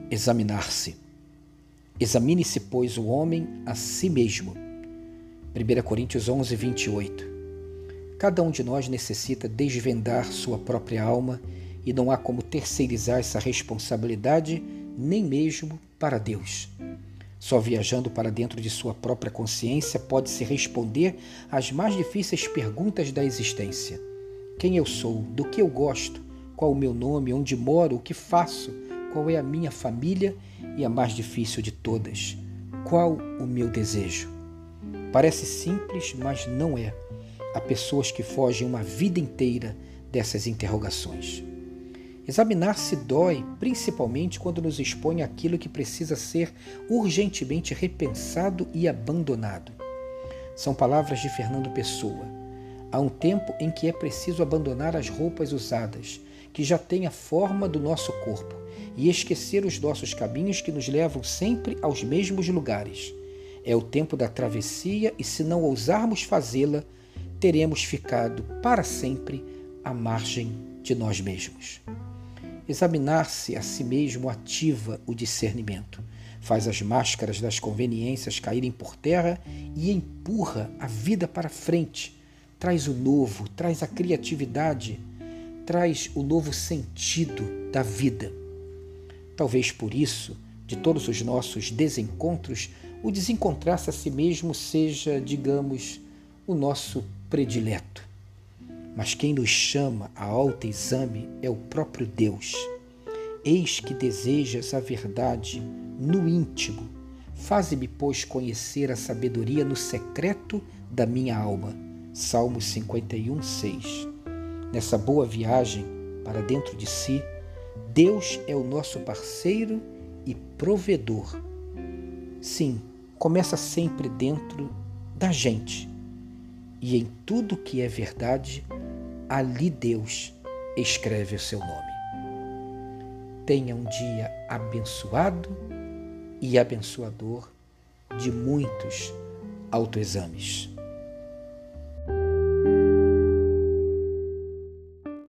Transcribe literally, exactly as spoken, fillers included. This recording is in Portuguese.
Examinar-se. Examine-se, pois, o homem a si mesmo. primeira Coríntios onze, vinte e oito. Cada um de nós necessita desvendar sua própria alma e não há como terceirizar essa responsabilidade nem mesmo para Deus. Só viajando para dentro de sua própria consciência pode-se responder às mais difíceis perguntas da existência. Quem eu sou? Do que eu gosto? Qual o meu nome? Onde moro? O que faço? Qual é a minha família? E a mais difícil de todas, qual o meu desejo? Parece simples, mas não é. Há pessoas que fogem uma vida inteira dessas interrogações. Examinar-se dói, principalmente quando nos expõe àquilo que precisa ser urgentemente repensado e abandonado. São palavras de Fernando Pessoa. Há um tempo em que é preciso abandonar as roupas usadas, que já têm a forma do nosso corpo, e esquecer os nossos caminhos que nos levam sempre aos mesmos lugares. É o tempo da travessia e, se não ousarmos fazê-la, teremos ficado para sempre à margem de nós mesmos. Examinar-se a si mesmo ativa o discernimento, faz as máscaras das conveniências caírem por terra e empurra a vida para frente, traz o novo, traz a criatividade, traz o novo sentido da vida. Talvez por isso, de todos os nossos desencontros, o desencontrar-se a si mesmo seja, digamos, o nosso predileto. Mas quem nos chama a autoexame é o próprio Deus. Eis que desejas a verdade no íntimo. Faze-me, pois, conhecer a sabedoria no secreto da minha alma. Salmos cinquenta e um, seis. Nessa boa viagem para dentro de si, Deus é o nosso parceiro e provedor. Sim, começa sempre dentro da gente. E em tudo que é verdade, ali Deus escreve o seu nome. Tenha um dia abençoado e abençoador de muitos autoexames.